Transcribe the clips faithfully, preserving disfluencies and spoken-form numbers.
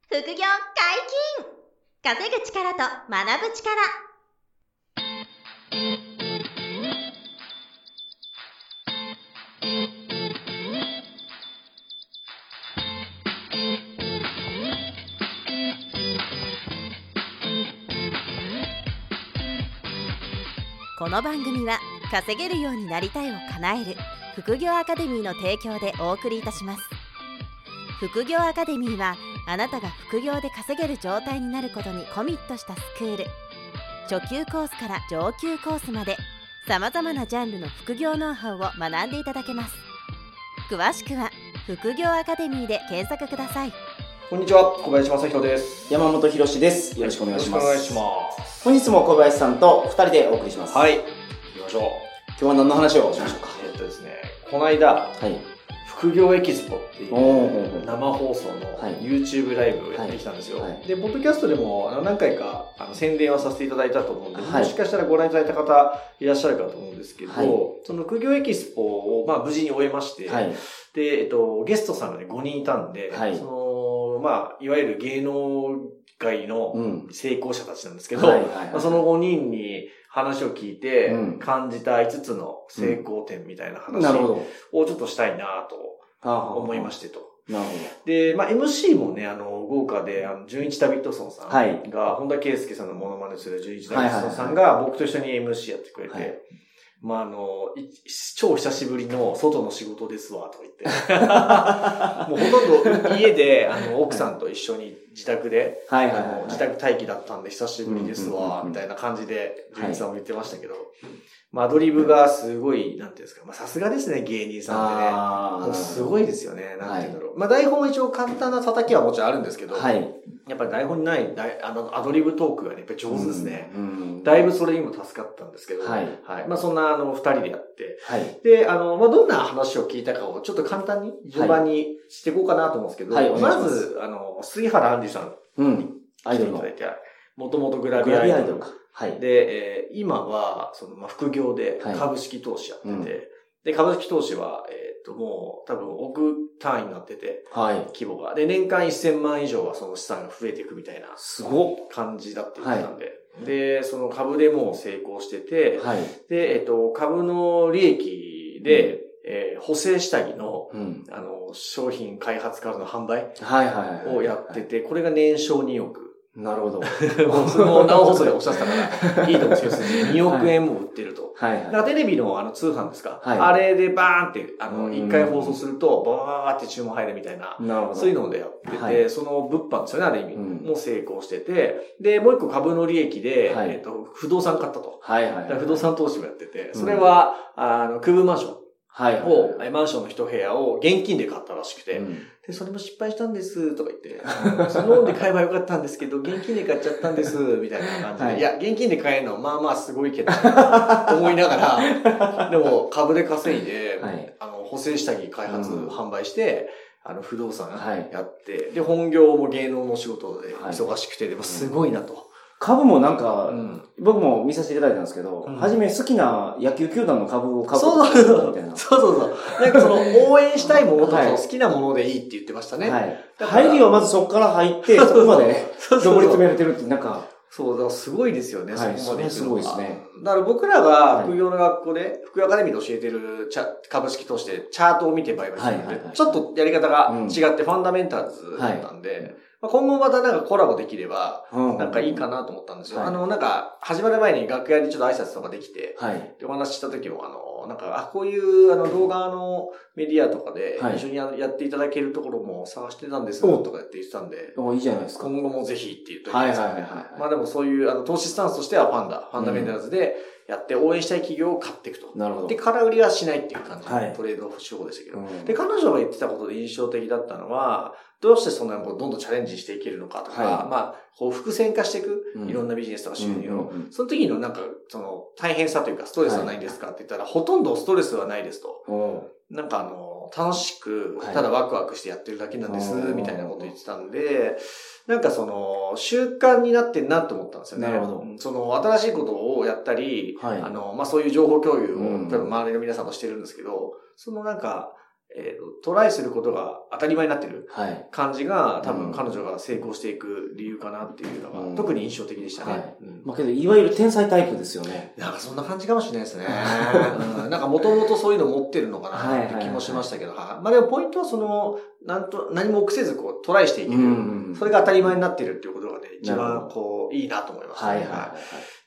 副業解禁！稼ぐ力と学ぶ力。この番組は稼げるようになりたいを叶える副業アカデミーの提供でお送りいたします。副業アカデミーはあなたが副業で稼げる状態になることにコミットしたスクール。初級コースから上級コースまでさまざまなジャンルの副業ノウハウを学んでいただけます。詳しくは副業アカデミーで検索ください。 こんにちは、小林正弘です。 山本博史です。よろしくお願いします。 よろしくお願いします。 本日も小林さんとふたりでお送りします。 はい、行きましょう。 今日は何の話をしましょうか。 えっとですね、この間、はい、副業エキスポっていう生放送の YouTube ライブをやってきたんですよ。はいはい、で、ポッドキャストでも何回かあの宣伝はさせていただいたと思うんで、はい、もしかしたらご覧いただいた方いらっしゃるかと思うんですけど、はい、その副業エキスポをまあ無事に終えまして、はい、で、えっと、ゲストさんがね、ごにんいたんで、はい、その、まあ、いわゆる芸能界の成功者たちなんですけど、そのごにんに話を聞いて感じたいつつの成功点みたいな話をちょっとしたいなと思いましてと。 なるほど。 で、まあ エムシー もね、あの、豪華で、あの、純一ダビッドソンさんが、はい、本田圭佑さんのモノマネする純一ダビッドソンさんが僕と一緒に エムシー やってくれて、はい、まあ、あの、超久しぶりの外の仕事ですわ、とか言って。もうほとんど家で、あの、奥さんと一緒に自宅で、はいはいはいはい、自宅待機だったんで久しぶりですわ、みたいな感じで、純一さんも言ってましたけど、はい、まあ、アドリブがすごい、なんていうんですか、まあ、さすがですね、芸人さんってね。もうすごいですよね、なんていうんだろう。はい、まあ、台本は一応簡単な叩きはもちろんあるんですけど、はい、やっぱり台本にない、あの、アドリブトークがね、やっぱり上手ですね。うんうん、だいぶそれにも助かったんですけど、はい。はい。まあ、そんな、あの、二人でやって、はい。で、あの、まあ、どんな話を聞いたかをちょっと簡単に、順番にしていこうかなと思うんですけど、はい。まず、あの、杉原杏里さん。うん。アイドルの。もともとグラビアアイドル。グラビアアイドルか。はい。で、えー、今は、その、まあ、副業で株式投資やってて、はい、うん、で、株式投資は、えっと、もう、多分、億単位になってて、はい。規模が。で、年間せんまん以上はその資産が増えていくみたいな、すごい感じだって言ってたんで、はい、で、その株でもう成功してて、はい。で、えっと、株の利益で、うん、えー、補正下着の、うん、あの、商品開発からの販売をやってて、これが年商におく。 なるほど。もうその生放送でおっしゃってたから、いいと思うんですけど、におくえんも売ってると。はい。だからテレビのあの通販ですか、はい、あれでバーンって、あの、一回放送すると、バーって注文入るみたいな、なるほど。そういうのでやってて、はい、その物販ですよね、ある意味、うん、も成功してて、で、もう一個株の利益で、はい、えっと、不動産買ったと。はいはい、はい。不動産投資もやってて、それは、うん、あの、区分マンション。はい。を、マンションの一部屋を現金で買ったらしくて、うん、で、それも失敗したんです、とか言って、そのローンで買えばよかったんですけど、現金で買っちゃったんです、みたいな感じで、はい、いや、現金で買えるのはまあまあすごいけど、思いながら、でも株で稼いで、はい、あの、補正下着開発、うん、販売して、あの、不動産やって、はい、で、本業も芸能の仕事で忙しくて、でもすごいなと。 株もなんか、うん、僕も見させていただいたんですけど、うん、初め好きな野球球団の株を買うそうそうそう。みたいな。そうそうそう。なんかその応援したいものとか好きなものでいいって言ってましたね。はい。 入りはまずそこから入って、そこまでね、上り詰められてるって、なんか。 そう、だからすごいですよね、 はい、そこまで。すごいですね。 だから僕らが副業の学校で、副業アカデミーで教えてる株式投資でチャートを見て売買するんで、ちょっとやり方が違ってファンダメンタルズだったんで、はいまあ、今後またなんかコラボできれば、なんかいいかなと思ったんですよ。うん、あの、なんか、始まる前に楽屋でちょっと挨拶とかできて、はい、でお話しした時も、あの、なんか、あ、こういうあの動画のメディアとかで一緒にやっていただけるところも探してたんですとかって言ってたんで、 いいじゃないですか。 今後もぜひって言っといてですね。はいはいはい、はい。まあでもそういう、あの、投資スタンスとしてはファンダ、ファンダメンタルズでやって応援したい企業を買っていくと。なるほど。で、空売りはしないっていう感じのトレード手法でしたけど、はい、で、彼女が言ってたことで印象的だったのは、どうしてそんなどんどんチャレンジしていけるのかとか、はい、まあ、こう伏線化していく、いろんなビジネスとか収入を、うんうんうん、その時のなんか、その大変さというかストレスはないんですかって言ったら、はい、ほとんどストレスはないですと。なんかあの、楽しく、ただワクワクしてやってるだけなんです、みたいなこと言ってたんで、なんかその、習慣になってんなと思ったんですよね。なるほど。その、新しいことをやったり、はい、あの、まあ、そういう情報共有を、うん、多分周りの皆さんとしてるんですけど、そのなんか、 えー、トライすることが当たり前になってる感じが、はい、多分彼女が成功していく理由かなっていうのが、うん、特に印象的でしたね。はいうん、まあけど、いわゆる天才タイプですよね。 なんかそんな感じかもしれないですね。うん、なんかもともとそういうの持ってるのかなって気もしましたけど、はいはいはい、まあでもポイントはその、なんと、何も臆せずこうトライしていける、うんうん。それが当たり前になってるっていうことがね、一番こう、いいなと思いましたね。はいはいはい、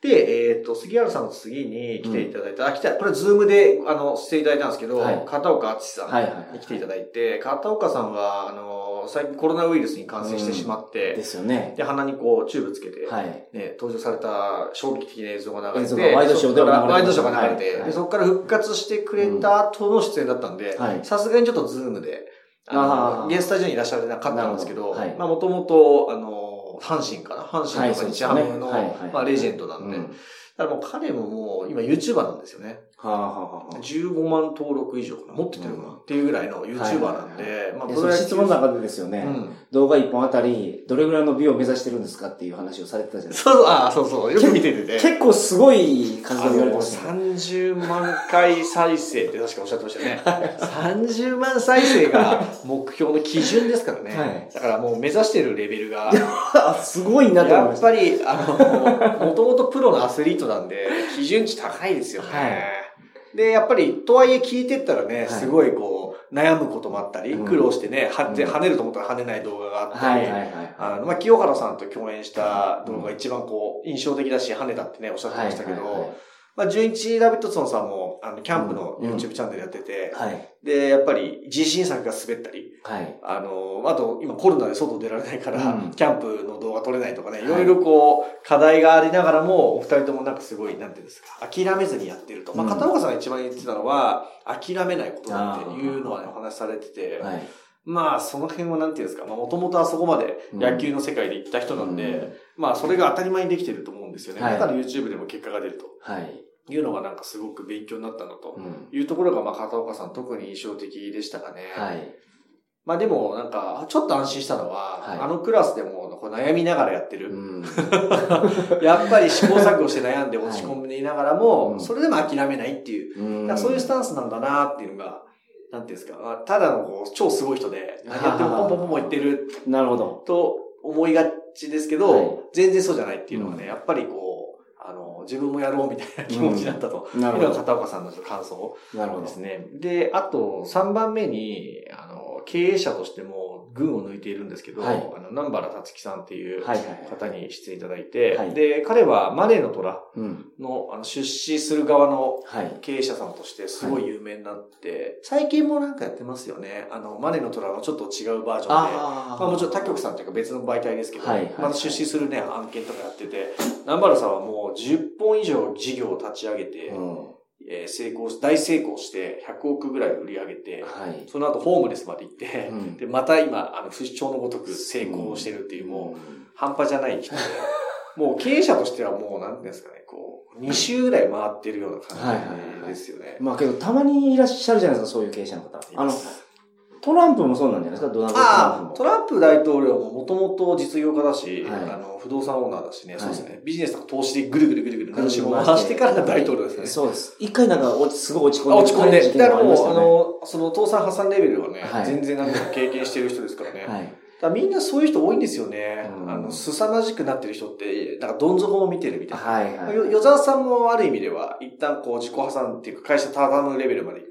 で、えっ、ー、と、杉原さんの次に来ていただいた、うん、あ、来た、これズームで、あの、していただいたんですけど、はい、片岡敦さんに来ていただいて、片岡さんは、あの、最近コロナウイルスに感染してしまって、うん、 ですよね。 で、鼻にこう、チューブつけて、はい、ね、登場された衝撃的な映像が流れて、 ワイドショーでは流れて、 ワイドショーが流れて、はい、で、そこから復活してくれた後の出演だったんで、さすがにちょっとズームで、あの、ゲストスタジオにいらっしゃれなかったんですけど、はい、まあ、もともと、あの、阪神かな阪神とか日ハムの、はいねはいはい、まあ、レジェンドなんで、うん、だからもう彼ももう、今 YouTuber なんですよね。はあはあ、じゅうごまん登録以上かな持っててるかな、うん、っていうぐらいの YouTuber なんで、はいはいはい、 まあ、その質問の中でですよね、うん、動画いっぽんあたり、どれぐらいの美を目指してるんですかっていう話をされてたじゃないですか。 そうそう、ああ、そうそう、よく見ててね。 結構すごい数が言われてましたね。さんじゅうまんかい再生って確かおっしゃってましたね。さんじゅうまん再生が目標の基準ですからね。はい、だからもう目指してるレベルが。 すごいなと思いました。 やっぱり、あの、もともとプロのアスリートなんで、基準値高いですよね。はいで、やっぱり、とはいえ聞いてったらね、すごいこう、悩むこともあったり、苦労してね、は、跳ねると思ったら跳ねない動画があったり、あの、まあ、清原さんと共演した動画が一番こう、印象的だし、跳ねたってね、おっしゃってましたけど、まあ、じゅういちダビッドソンさんも、あの、キャンプの YouTube チャンネルやってて、はい、で、やっぱり、自信作が滑ったり、はい、あの、あと、今コロナで外出られないから、うん、キャンプの動画撮れないとかね、いろいろこう、課題がありながらも、お二人ともなんかすごい、なんていうんですか、諦めずにやってると。まあ、片岡さんが一番言ってたのは、諦めないことだっていうのはね、お話しされてて、はい、まあ、その辺はなんていうんですか、まあ、もともとあそこまで野球の世界で行った人なんで、うん、まあ、それが当たり前にできてると思うんですよね。はい、だから YouTube でも結果が出ると。はい。いうのがなんかすごく勉強になったのと、いうところが、まあ、片岡さん特に印象的でしたかね。はい。まあでも、なんか、ちょっと安心したのは、はい、あのクラスでもこう悩みながらやってる。うん、やっぱり試行錯誤して悩んで落ち込みながらも、はい、それでも諦めないっていう、うん、だからそういうスタンスなんだなっていうのが、なんていうんですか、ただのこう超すごい人で、何やってもポンポンポンポン言ってる。 なるほど。 と思いがちですけど、はい、全然そうじゃないっていうのがね、やっぱりこう、あの、自分もやろうみたいな気持ちだったと。うん、なるほど。片岡さんの感想ですね。で、あと、さんばんめに、あの、経営者としても群を抜いているんですけど、はい、あの、南原達樹さんっていう方に出演いただいて、はいはい、で、彼はマネーの虎の、うん、あの出資する側の経営者さんとしてすごい有名になって、はい、最近もなんかやってますよね。あの、マネーの虎のちょっと違うバージョンで、あまあもちろん他局さんというか別の媒体ですけど、はいはいはい、また出資するね、案件とかやってて、南原さんはもうじゅっぽん以上事業を立ち上げて、うんえー、成功し、大成功してひゃくおくぐらい売り上げて、はい、その後ホームレスまで行って、うん、で、また今、あの、不死鳥のごとく成功してるっていう、もう、半端じゃない人で、もう経営者としてはもう、なんていうんですかね、こう、に周ぐらい回ってるような感じですよね。はいはいはい、 まあけど、たまにいらっしゃるじゃないですか、そういう経営者の方。あの、トランプもそうなんじゃないですか、ドナルド・トランプも。 トランプ大統領ももともと実業家だし、はい、あの、不動産オーナーだしね、はい、そうですね。ビジネスとか投資でぐるぐるぐるぐる話を回してからが大統領ですね。 そうです。一回なんか落ち、すごい落ち込んで。 落ち込んで。だからもう、あの、その倒産破産レベルはね、はい、全然なんか経験してる人ですからね。はいだからみんなそういう人多いんですよね。うん、あの、凄まじくなってる人って、なんかどん底を見てるみたいな。はいはい。よ、与沢さんもある意味では、一旦こう自己破産っていうか会社畳むレベルまで行って、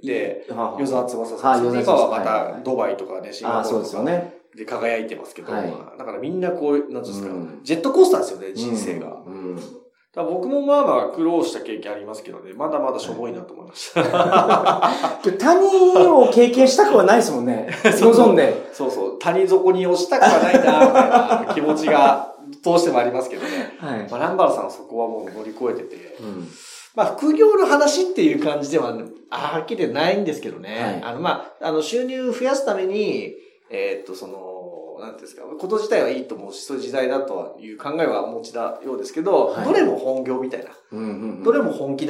与沢翼さん。今はまたドバイとかね、シンガポールとかで輝いてますけど、はい、だからみんなこう、なんですか、うん、ジェットコースターですよね、人生が。うんうんだ僕もまあまあ苦労した経験ありますけどね、まだまだしょぼいなと思いました。 谷を経験したくはないですもんね。望んで。 そうそう。谷底に落ちたくはないな、みたいな気持ちがどうしてもありますけどね。はい。まあ、ランバルさんはそこはもう乗り越えてて、うん、まあ副業の話っていう感じでは、はっきりないんですけどね。はい、あのまあ、あの収入増やすために、えー、っとその、なんていうんですか、こと自体はいいと思うし、そういう時代だという考えはお持ちだようですけど、はい、どれも本業みたいな、うんうんうん、どれも本気だったって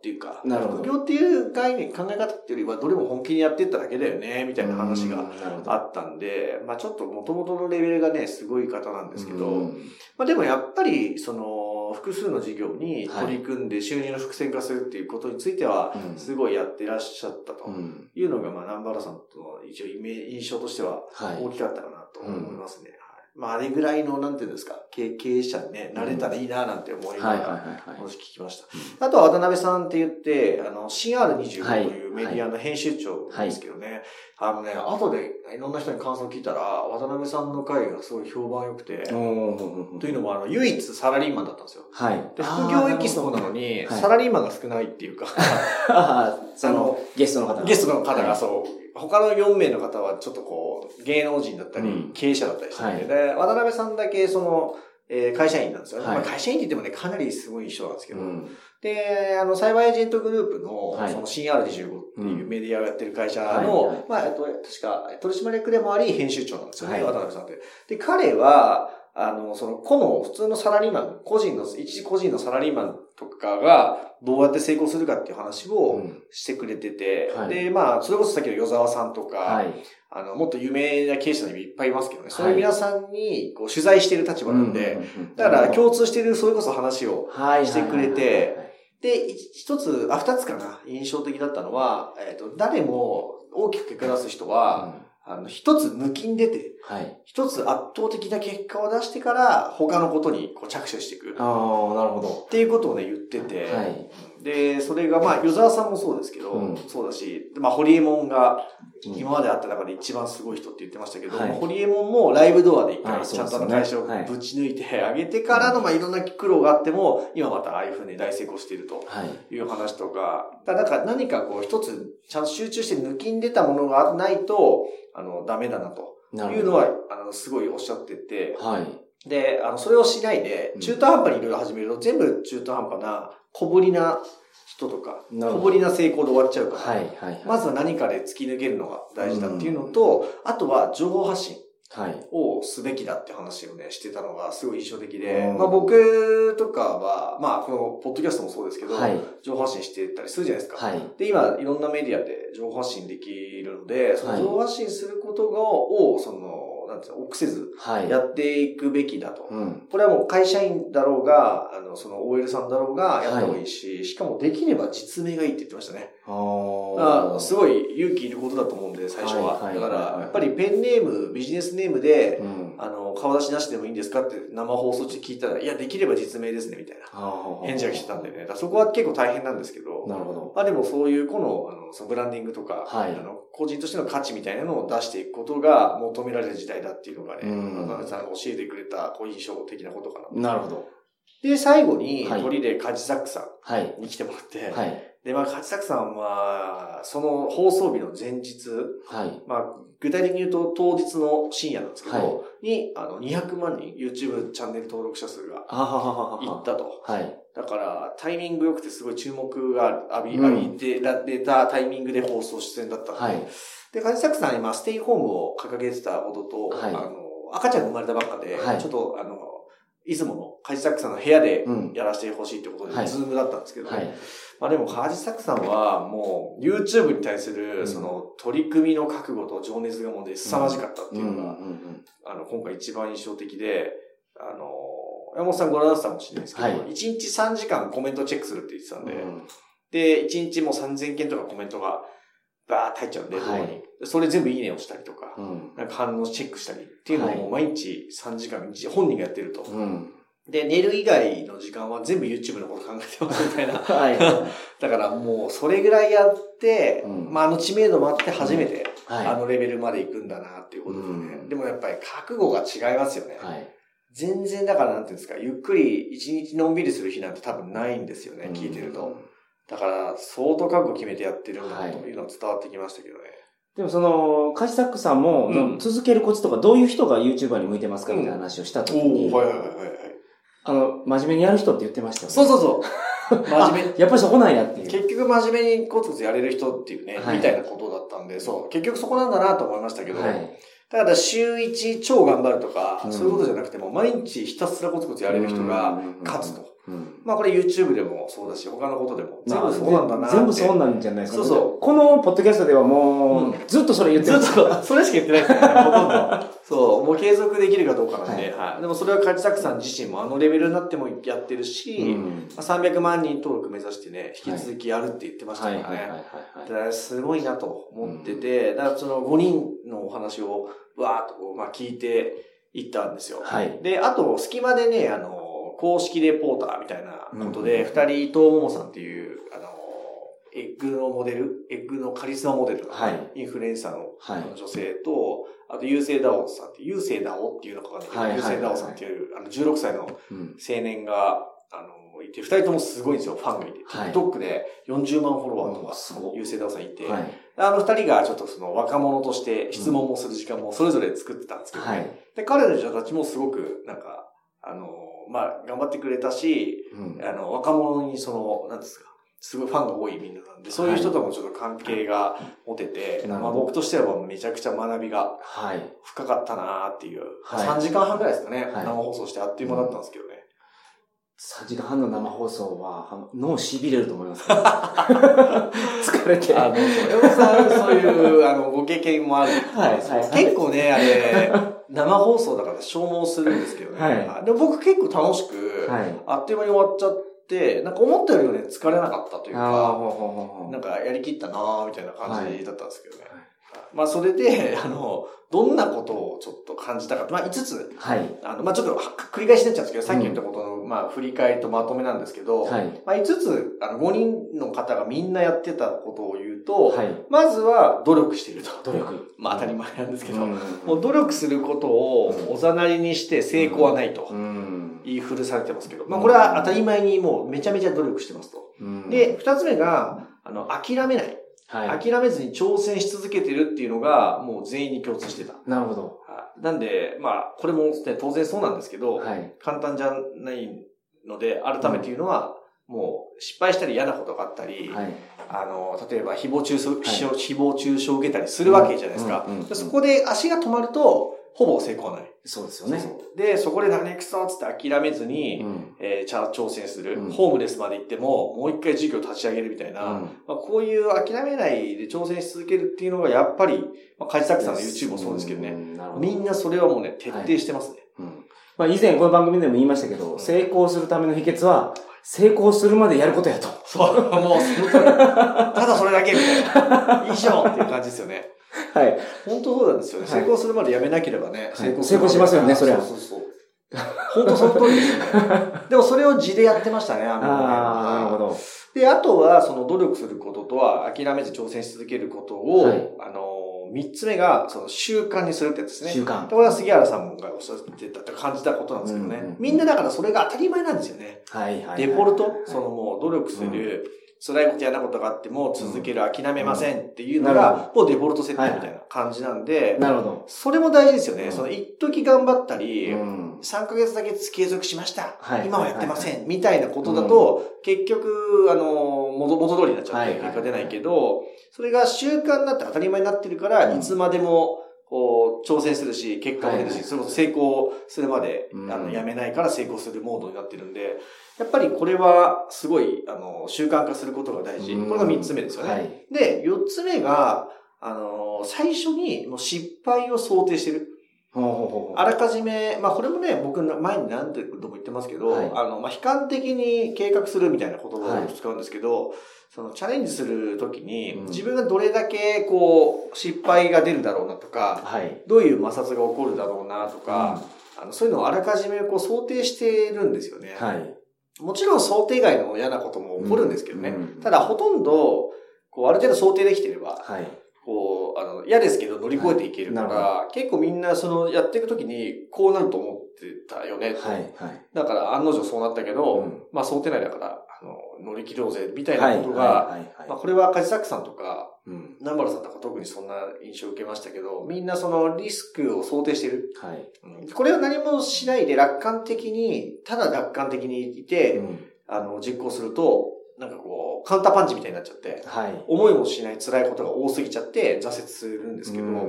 っていうか、 なるほど。 副業っていう概念、考え方っていうよりは、どれも本気にやっていっただけだよね、みたいな話があったんで、まあちょっと元々のレベルがね、すごい方なんですけど、まあでもやっぱり、その、複数の事業に取り組んで収入の伏線化するっていうことについては、すごいやってらっしゃったというのが、まあ南原さんとの一応イメージ、印象としては大きかったかなと思いますね。まあ、あれぐらいの、なんていうんですか、経営者にね、なれたらいいな、なんて思いながら、話聞きました。あとは渡辺さんって言って、あの、シーアールにじゅうご というメディアの編集長ですけどね、あのね、後でいろんな人に感想聞いたら、渡辺さんの会がすごい評判良くて、というのも、あの、唯一サラリーマンだったんですよ。はい。で、副業エキストなのに、サラリーマンが少ないっていうか、 あの、ゲストの方ゲストの方がそう、他のよん名の方はちょっとこう、芸能人だったり、うん、経営者だったりして、ね、はい、で、渡辺さんだけその、えー、会社員なんですよね。はい、まあ、会社員って言ってもね、かなりすごい人なんですけど、うん、で、あの、サイバーエージェントグループの、はい、その シーアールにじゅうご っていうメディアをやってる会社の、はい、まあ、えっと、確か、取締役でもあり、編集長なんですよね、はい、渡辺さんって。で、彼は、あの、その、個の普通のサラリーマン、個人の、一時個人のサラリーマンとかが、どうやって成功するかっていう話をしてくれてて、うんはい、で、まあ、それこそさっきの与沢さんとか、はい、あの、もっと有名な経営者にもいっぱいいますけどね、そういう皆さんにこう取材している立場なんで、だから共通しているそれこそ話をしてくれて、で、一つ、あ、二つかな、印象的だったのは、えっと、誰も大きく結果出す人は、うんあの、一つ抜きん出て、はい。一つ圧倒的な結果を出してから、他のことにこう着手していく。 ああ、なるほど。 っていうことをね、言ってて。はい。で、それがまあ、与沢さんもそうですけど、うん、そうだし、まあ、ホリエモンが、今まであった中で一番すごい人って言ってましたけど、はい、ホリエモンもライブドアで一回ちゃんとあの会社をぶち抜いてあげてからの、まあ、いろんな苦労があっても、今またああいうふうに大成功しているという話とか、だから何かこう一つちゃんと集中して抜きん出たものがないと、あの、ダメだなというのは、あの、すごいおっしゃってて、はい。で、あの、それをしないで、中途半端にいろいろ始めると、全部中途半端な小ぶりな人とか、小ぶりな成功で終わっちゃうから、はいはいはい、まずは何かで突き抜けるのが大事だっていうのと、うん、あとは情報発信をすべきだって話をね、してたのがすごい印象的で、うん、まあ僕とかは、まあこのポッドキャストもそうですけど、はい、情報発信してたりするじゃないですか。はい、で、今いろんなメディアで情報発信できるので、その情報発信することが、を、その、なんていうの、臆せず、やっていくべきだと、はいうん。これはもう会社員だろうが、あの、その オーエル さんだろうがやった方がいいし、はい、しかもできれば実名がいいって言ってましたね。ああすごい勇気いることだと思うんで、最初は。はいはいはいはい、だから、やっぱりペンネーム、ビジネスネームで、うん、あの、顔出しなしでもいいんですかって生放送中聞いたら、いや、できれば実名ですね、みたいな返事が来てたんでね。だそこは結構大変なんですけど、なるほど。まあでもそういうこの、あの、そのブランディングとか、はい、あの、個人としての価値みたいなのを出していくことが求められる時代だっていうのがね、渡辺さんが教えてくれた、こう印象的なことかな。 なるほど。 で、最後に、鳥でカジサックさんに来てもらって、はい、で、まあ、カジサックさんは、その放送日の前日、はい、まあ、具体的に言うと当日の深夜なんですけど、はい、に、あの、にひゃくまんにん YouTube チャンネル登録者数がいったと。はい、だから、タイミング良くてすごい注目が浴び、浴びてられたタイミングで放送出演だったので、はい、で、カジサックさんは今、ステイホームを掲げてたことと、はい、あの、赤ちゃんが生まれたばっかで、はい、ちょっと、あの、いつものカジサックさんの部屋でやらせてほしいってことで、うん、ズームだったんですけど、はい、まあでもカジサックさんはもう YouTube に対するその取り組みの覚悟と情熱がもうね、凄まじかったっていうのが、あの、今回一番印象的で、あの、山本さんご覧になってたかもしれないですけど、はい、いちにちさんじかんコメントチェックするって言ってたんで、うん、で、いちにちもうさんぜんけんとかコメントがバーって入っちゃうんで、動画に、はい。それ全部いいねをしたりとか、うん、なんか反応チェックしたりっていうのを毎日さんじかん本人がやってると。うん、で、寝る以外の時間は全部 YouTube のこと考えてますみたいな。はい、だからもうそれぐらいやって、うん、まああの知名度もあって初めてあのレベルまで行くんだなっていうことですね。うん、でもやっぱり覚悟が違いますよね。はい、全然だからなんていうんですか、ゆっくり一日のんびりする日なんて多分ないんですよね、聞いてると。だから相当覚悟決めてやってるんだなというのは伝わってきましたけどね。 でもその、カジサックさんも、うん、続けるコツとかどういう人が YouTuber に向いてますかみたいな話をしたときに、うん、はいはいはいはい。あの、真面目にやる人って言ってましたよね。 そうそうそう。真面目。 やっぱりそこなんやっていう。 結局真面目にコツコツやれる人っていうね、はい、みたいなことだったんで、そう。結局そこなんだなと思いましたけど、はい、ただ週一超頑張るとか、うん、そういうことじゃなくても、毎日ひたすらコツコツやれる人が勝つと。 うん、まあこれ YouTube でもそうだし、他のことでも全部そうなんだなって。 全部そうなんじゃないですか。 そうそう。 このポッドキャストではもう、うん、ずっとそれ言ってる。 ずっと、それしか言ってないですよね、ほとんど。そう、もう継続できるかどうかなんで、はい。はい、でもそれはカジサックさん自身もあのレベルになってもやってるし、うん、まあ、さんびゃくまんにん登録目指してね、引き続きやるって言ってましたからね。だからすごいなと思ってて、うん、だからそのごにんのお話をわーっとこう、まあ、聞いていったんですよ。はい。で、あと、隙間でね、あの、公式レポーターみたいなことで、二、うん、人伊藤桃さんっていう、あの、エッグのモデル、エッグのカリスマモデル、はい、インフルエンサーの女性と、はい、あと、ゆうせいだおさんって、ゆうせいだおっていうのかわかんないけど、ゆうせいだおさんっていう、あの、じゅうろくさいの青年が、あの、いて、二人ともすごいんですよ、ファンがいて。はい、TikTok でよんじゅうまんフォロワーとか、ゆうせいだおさんいて、はい、あの二人がちょっとその若者として質問もする時間もそれぞれ作ってたんですけど、ね、はい、で、彼らの人たちもすごく、なんか、あの、まあ、頑張ってくれたし、うん、あの、若者にその、なんですか、すごいファンが多いみんななんで、そういう人ともちょっと関係が持てて、はい、まあ僕としてはめちゃくちゃ学びが深かったなーっていう、はい、さんじかんはんくらいですかね、はい、生放送してあっという間だったんですけどね。 さんじかんはんの生放送は脳痺れると思います、ね、疲れて。 あの、山本さん、そういう、あの、ご経験もある。はい、はい。結構ね、あれ、生放送だから消耗するんですけどね。はい。でも僕結構楽しく、はい、あっという間に終わっちゃって、なんか思ったよりはね、疲れなかったというか、なんかやりきったなーみたいな感じだったんですけどね。はい、まあそれで、あの、どんなことをちょっと感じたか。まあいつつ、はい。あの、まあちょっと繰り返しになっちゃうんですけど、さっき言ったことの、うん、まあ振り返りとまとめなんですけど、はい。まあいつつ、あの、ごにんの方がみんなやってたことを言うと、はい。まずは努力していると。 努力。 まあ当たり前なんですけど、うん、もう努力することをおざなりにして成功はないと。うん、言い古されてますけど、まあこれは当たり前にもうめちゃめちゃ努力してますと。うん、で、二つ目が、あの、諦めない。はい、諦めずに挑戦し続けてるっていうのが、もう全員に共通してた。 なるほど。 なんで、まあ、これも、ね、当然そうなんですけど、はい、簡単じゃないので、改めて言うのは、うん、もう、失敗したり嫌なことがあったり、はい、あの、例えば、誹謗中傷、はい、誹謗中傷を受けたりするわけじゃないですか。うんうんうんうん、そこで足が止まると、ほぼ成功はない。 そうですよね。 そうそうで、そこで何くそっつって諦めずに、うん、えー、挑戦する、うん。ホームレスまで行っても、もう一回事業立ち上げるみたいな、うん、まあ、こういう諦めないで挑戦し続けるっていうのが、やっぱり、まあ、カジサックさんの YouTube もそうですけどね、うん、みんなそれはもうね、徹底してますね。はい、うん、 まあ、以前この番組でも言いましたけど、うん、成功するための秘訣は、成功するまでやることやと。 そう、もうその通り。ただそれだけみたいな。以上っていう感じですよね。はい。本当そうなんですよね。成功するまでやめなければね、 成功する。成功しますよね、それは。そうそうそう。 本当その通りですよね。でもそれを地でやってましたね、あの、ね。 ああ、なるほど。 で、あとは、その努力することとは、諦めず挑戦し続けることを、はい、あの、三つ目が、その習慣にするってやつですね。 習慣。 これは杉原さんがおっしゃってたって感じたことなんですけどね。うんうん、みんなだからそれが当たり前なんですよね。はいはい、はい。デフォルト、はい、そのもう努力する、うん辛いことやなことがあっても続ける、諦めませんっていうのが、もうデフォルト設定みたいな感じなんで、 なるほど。 それも大事ですよね。その一時頑張ったり、さんかげつだけ継続しました。今はやってません。みたいなことだと、結局、あの、元々通りになっちゃって結果出ないけど、それが習慣になって当たり前になってるから、いつまでも、こう、挑戦するし、結果も出るし、それこそ成功するまで、あの、やめないから成功するモードになってるんで、やっぱりこれはすごい、あの、習慣化することが大事。これが三つ目ですよね。はい、で、四つ目が、あの、最初にもう失敗を想定してる。あらかじめ、まあこれもね、僕前に何度も言ってますけど、はい、あの、まあ悲観的に計画するみたいな言葉を使うんですけど、はい、そのチャレンジするときに、うん、自分がどれだけこう、失敗が出るだろうなとか、はい、どういう摩擦が起こるだろうなとか、うん、あのそういうのをあらかじめこう想定してるんですよね。はいもちろん想定外の嫌なことも起こるんですけどね。うんうん、ただほとんど、こう、ある程度想定できてれば、はい、こう、あの、嫌ですけど乗り越えていけるから、はい、結構みんなその、やっていくときに、こうなると思ってたよね。はいはい、だから案の定そうなったけど、うん、まあ想定内だから、あの、乗り切ろうぜ、みたいなことが、まあこれはカジサックさんとか、うん、南原さんとか特にそんな印象を受けましたけど、みんなそのリスクを想定してる。はいうん、これを何もしないで楽観的に、ただ楽観的にいて、うん、あの、実行すると、 なんかこう、カウンターパンチみたいになっちゃって、はい、思いもしない辛いことが多すぎちゃって挫折するんですけど、うんうん、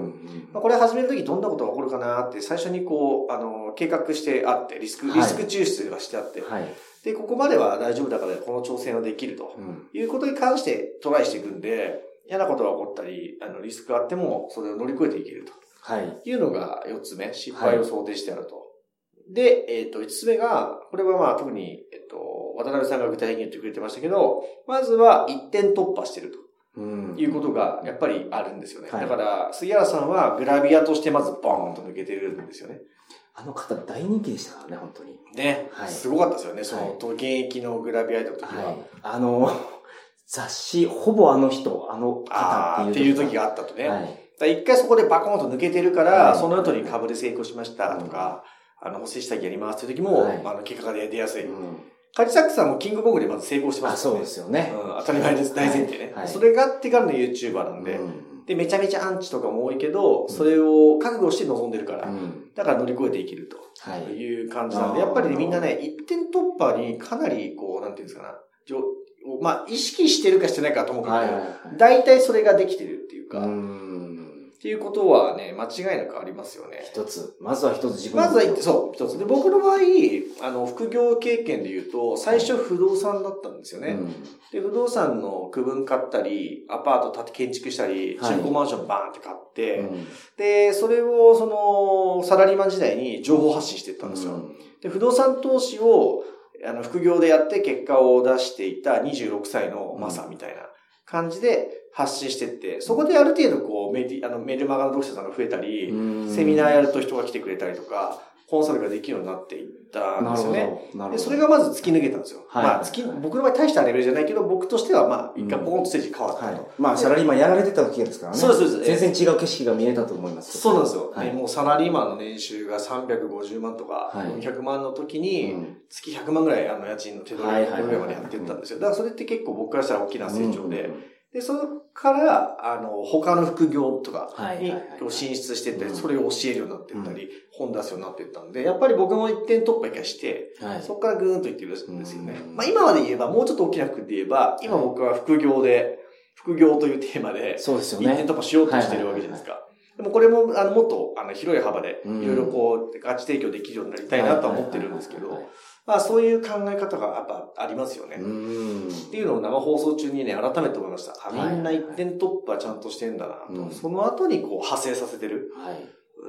まあ、これ始めるときどんなことが起こるかなって最初にこう、あの、計画してあって、リスク、リスク抽出がしてあって、はい、で、ここまでは大丈夫だからこの挑戦はできるということに関してトライしていくんで、嫌なことが起こったり、あの、リスクがあってもそれを乗り越えていけると。はい。いうのがよっつめ、失敗を想定してあると。はい、で、えっと、いつつめが、これはまあ特に、えっと、渡辺さんが具体的に言ってくれてましたけど、まずは一点突破してると。うん、いうことがやっぱりあるんですよね。はい、だから、杉原さんはグラビアとしてまずボーンと抜けてるんですよね。 あの方大人気でしたからね、本当に。 ね。はい、すごかったですよね、その、はい、現役のグラビアアイドルの時は。はい、 あの、雑誌、ほぼあの人、あの方っていう時があったとね。はい、一回そこでバコーンと抜けてるから、はい、その後に株で成功しましたとか、うん、あの、補正下着やりますっていう時も、はい、あの、結果が出やすい。うん、カジサックさんもキングコングでまず成功してますからね。あ、そうですよね。 うん、当たり前です。大前提ね。はいはい、それがあってからの YouTuber なんで、うん、で、めちゃめちゃアンチとかも多いけど、それを覚悟して臨んでるから、うん、だから乗り越えていけるという感じなんで、はい、やっぱりね、みんなね、一点突破にかなり、こう、なんていうんですかな、まあ、意識してるかしてないかと思うけど、はいはいはい、大体それができてるっていうか、うんっていうことはね、間違いなくありますよね。 一つ。まずは一つ自分まずは、そう、一つ。で、僕の場合、あの、副業経験で言うと、最初不動産だったんですよね。うん、で、不動産の区分買ったり、アパート建て建築したり、中古マンションバーンって買って、はい、で、それを、その、サラリーマン時代に情報発信していったんですよ。うん、で、不動産投資を、あの、副業でやって結果を出していたにじゅうろくさいのマサみたいな感じで発信してって、そこである程度こうメディ、あの、メルマガの読者さんが増えたり、セミナーやると人が来てくれたりとか、コンサルができるようになっていったんですよね。で、それがまず突き抜けたんですよ。はい、まあ、突き、僕の場合大したレベルじゃないけど、僕としてはまあ、一回ポーンとステージ変わったと。はい、 まあ、サラリーマンやられてた時ですからね。そうです、そうです。全然違う景色が見えたと思います。 そうなんですよ。はい、もうサラリーマンの年収がさんびゃくごじゅうまんとか、よんひゃくまんの時に、月ひゃくまんぐらいあの家賃の手取りぐらいまでやってったんですよ。だからそれって結構僕からしたら大きな成長で、で、そこから、あの、他の副業とかに進出していったり、それを教えるようになっていったり、本出すようになっていったんで、やっぱり僕も一点突破一回して、はい、そこからぐーんといってるんですよね。まあ今まで言えば、もうちょっと大きな服で言えば、今僕は副業で、副業というテーマで、そうですよね。一点突破しようとしてるわけじゃないですか。でもこれも、あの、もっと、あの、広い幅で、いろいろこう、価値提供できるようになりたいなとは思ってるんですけど、まあそういう考え方がやっぱありますよね。うんっていうのを生放送中にね、改めて思いました。あ、みんな一点突破ちゃんとしてんだなと。はい、その後にこう派生させてる。はい、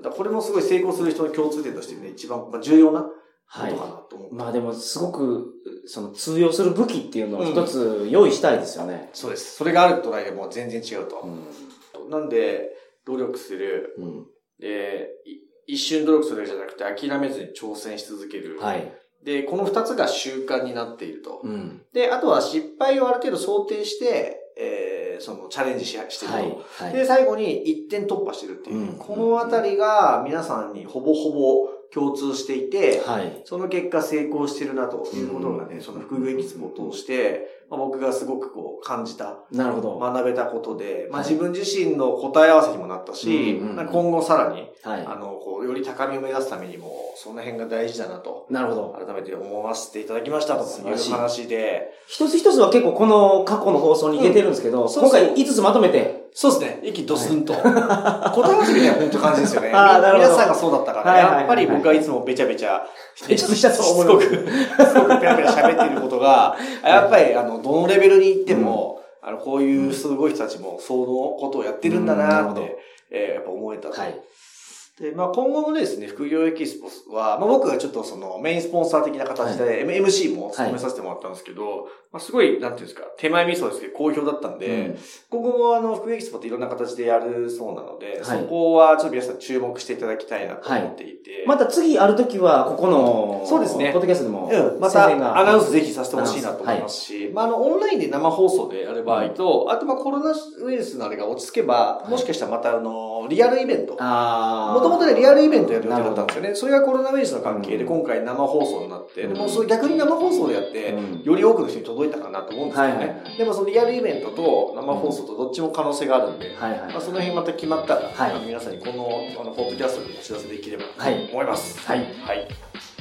だこれもすごい成功する人の共通点としてね、一番重要なことかなと思って、はい。 まあでもすごく、その通用する武器っていうのを一つ用意したいですよね。うん、 そうです。それがあるとないでもう全然違うと。うん、なんで、努力する。うん、で、一瞬努力するじゃなくて諦めずに挑戦し続ける。はいで、この二つが習慣になっていると。うん、で、あとは失敗をある程度想定して、えー、そのチャレンジししてると、はいはい。で、最後に一点突破してるっていう。うん、このあたりが皆さんにほぼほぼ共通していて、はい、その結果成功してるなということがね、うん、その副業エキスポを通して、まあ、僕がすごくこう感じた。なるほど。学べたことで、まあ、自分自身の答え合わせにもなったし、はい、今後さらに、はい、あの、こう、より高みを目指すためにも、その辺が大事だなと。なるほど。改めて思わせていただきましたという話で。 一つ一つは結構この過去の放送に出てるんですけど、うん、そうそう今回いつつまとめて。 そうですね。息ドスンと。はい、答え合わせみたいな本当感じですよね。あなるほど皆さんがそうだったから、ね、やっぱり僕はいつもべちゃべちゃ、 べちゃべちゃと思う。すごく、すごくペラペラ喋っていることが、やっぱりあの、どのレベルに行っても、うん、あの、こういうすごい人たちもそのことをやってるんだなって、うん、えー、やっぱ思えたと。はいで、まあ今後もですね、副業エキスポは、まあ僕がちょっとそのメインスポンサー的な形で、はい、エムシー も務めさせてもらったんですけど、はい、まあすごい、なんていうんですか、手前味噌ですけど好評だったんで、うん、今後もあの、副業エキスポっていろんな形でやるそうなので、はい、そこはちょっと皆さん注目していただきたいなと思っていて。はい、 また次あるときは、ここの、 そうですね。 ポッドキャストでも、 うん、またアナウンスぜひさせてほしいなと思いますし、はい、まああの、オンラインで生放送でやる場合と、うん、あとまあコロナウイルスのあれが落ち着けば、もしかしたらまたあの、リアルイベント。もともとね、リアルイベントやる予定だったんですよね。それがコロナウイルスの関係で今回生放送になって、でもそれ逆に生放送でやって、より多くの人に届いたかなと思うんですけどね。でもそのリアルイベントと生放送とどっちも可能性があるんで、まあその辺また決まったら、皆さんにこの、あの、ポッドキャストでお知らせできればと思います。はい。はい。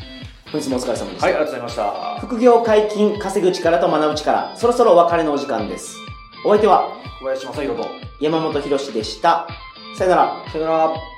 本日もお疲れ様でした。 はい、ありがとうございました。 副業解禁、稼ぐ力と学ぶ力、そろそろお別れのお時間です。お相手は、 小林正宏と山本博史でした。さよなら。 さよなら。